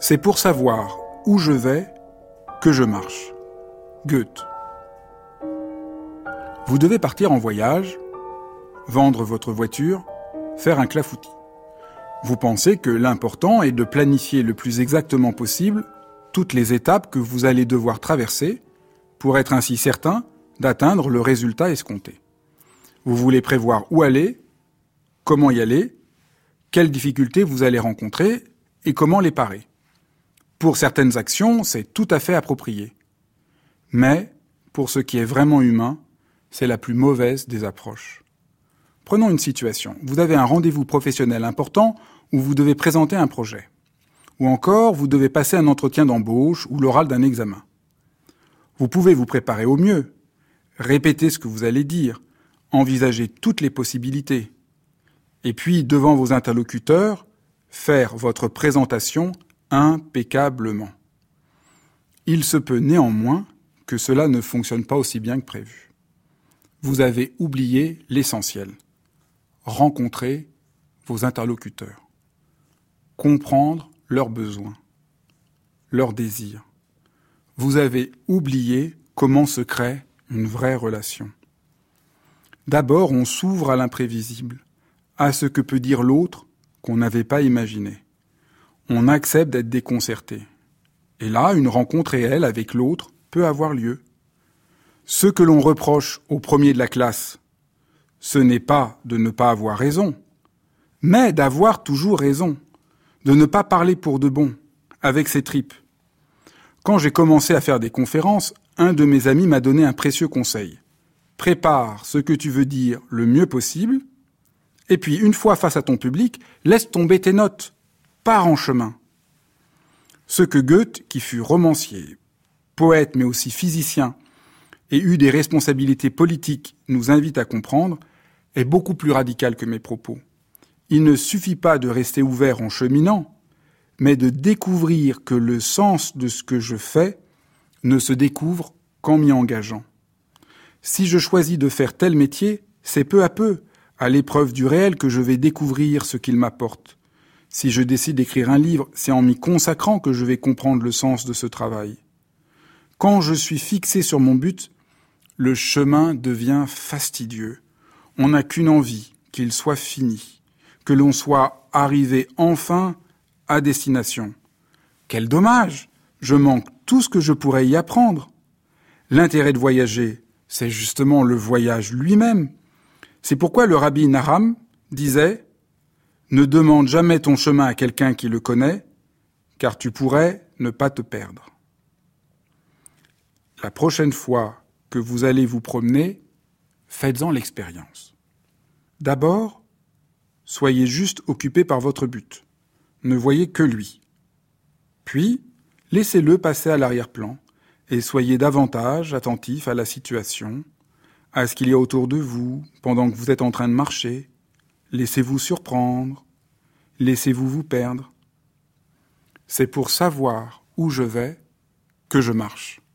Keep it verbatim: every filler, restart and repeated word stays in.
C'est pour savoir où je vais que je marche. Goethe. Vous devez partir en voyage, vendre votre voiture, faire un clafoutis. Vous pensez que l'important est de planifier le plus exactement possible toutes les étapes que vous allez devoir traverser pour être ainsi certain d'atteindre le résultat escompté. Vous voulez prévoir où aller, comment y aller, quelles difficultés vous allez rencontrer et comment les parer. Pour certaines actions, c'est tout à fait approprié. Mais, pour ce qui est vraiment humain, c'est la plus mauvaise des approches. Prenons une situation. Vous avez un rendez-vous professionnel important où vous devez présenter un projet. Ou encore, vous devez passer un entretien d'embauche ou l'oral d'un examen. Vous pouvez vous préparer au mieux, répéter ce que vous allez dire, envisager toutes les possibilités. Et puis, devant vos interlocuteurs, faire votre présentation impeccablement. Il se peut néanmoins que cela ne fonctionne pas aussi bien que prévu. Vous avez oublié l'essentiel. Rencontrer vos interlocuteurs. Comprendre leurs besoins, leurs désirs. Vous avez oublié comment se crée une vraie relation. D'abord, on s'ouvre à l'imprévisible, à ce que peut dire l'autre qu'on n'avait pas imaginé. On accepte d'être déconcerté. Et là, une rencontre réelle avec l'autre peut avoir lieu. Ce que l'on reproche au premier de la classe, ce n'est pas de ne pas avoir raison, mais d'avoir toujours raison, de ne pas parler pour de bon, avec ses tripes. Quand j'ai commencé à faire des conférences, un de mes amis m'a donné un précieux conseil. Prépare ce que tu veux dire le mieux possible, et puis une fois face à ton public, laisse tomber tes notes, pars en chemin. Ce que Goethe, qui fut romancier, poète mais aussi physicien, et eut des responsabilités politiques, nous invite à comprendre, est beaucoup plus radical que mes propos. Il ne suffit pas de rester ouvert en cheminant, mais de découvrir que le sens de ce que je fais ne se découvre qu'en m'y engageant. Si je choisis de faire tel métier, c'est peu à peu, à l'épreuve du réel, que je vais découvrir ce qu'il m'apporte. Si je décide d'écrire un livre, c'est en m'y consacrant que je vais comprendre le sens de ce travail. Quand je suis fixé sur mon but, le chemin devient fastidieux. On n'a qu'une envie, qu'il soit fini, que l'on soit arrivé enfin à destination. Quel dommage! Je manque tout ce que je pourrais y apprendre. L'intérêt de voyager, c'est justement le voyage lui-même. C'est pourquoi le rabbi Nahum disait « Ne demande jamais ton chemin à quelqu'un qui le connaît, car tu pourrais ne pas te perdre. » La prochaine fois que vous allez vous promener, faites-en l'expérience. D'abord, soyez juste occupé par votre but. Ne voyez que lui. Puis, laissez-le passer à l'arrière-plan et soyez davantage attentif à la situation, à ce qu'il y a autour de vous pendant que vous êtes en train de marcher. Laissez-vous surprendre, laissez-vous vous perdre. C'est pour savoir où je vais que je marche.